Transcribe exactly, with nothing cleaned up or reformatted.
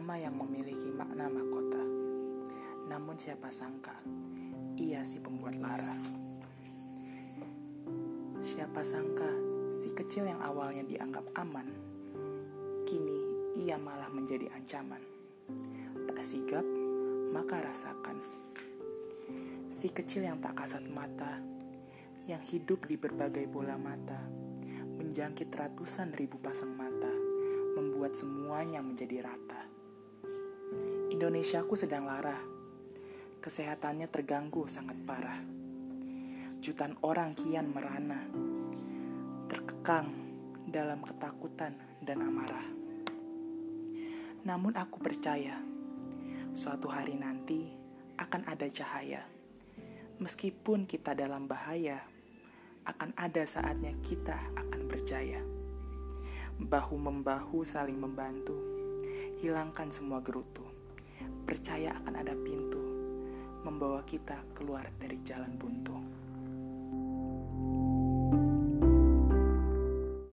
Nama yang memiliki makna mahkota. Namun siapa sangka, ia si pembuat lara. Siapa sangka, si kecil yang awalnya dianggap aman, kini ia malah menjadi ancaman. Tak sigap, maka rasakan. Si kecil yang tak kasat mata, yang hidup di berbagai bola mata, menjangkit ratusan ribu pasang mata, membuat semuanya menjadi rata. Indonesiaku sedang lara, kesehatannya terganggu sangat parah. Jutaan orang kian merana, terkekang dalam ketakutan dan amarah. Namun aku percaya, suatu hari nanti akan ada cahaya. Meskipun kita dalam bahaya, akan ada saatnya kita akan berjaya. Bahu-membahu saling membantu, hilangkan semua gerutu. Percaya akan ada pintu, membawa kita keluar dari jalan buntu.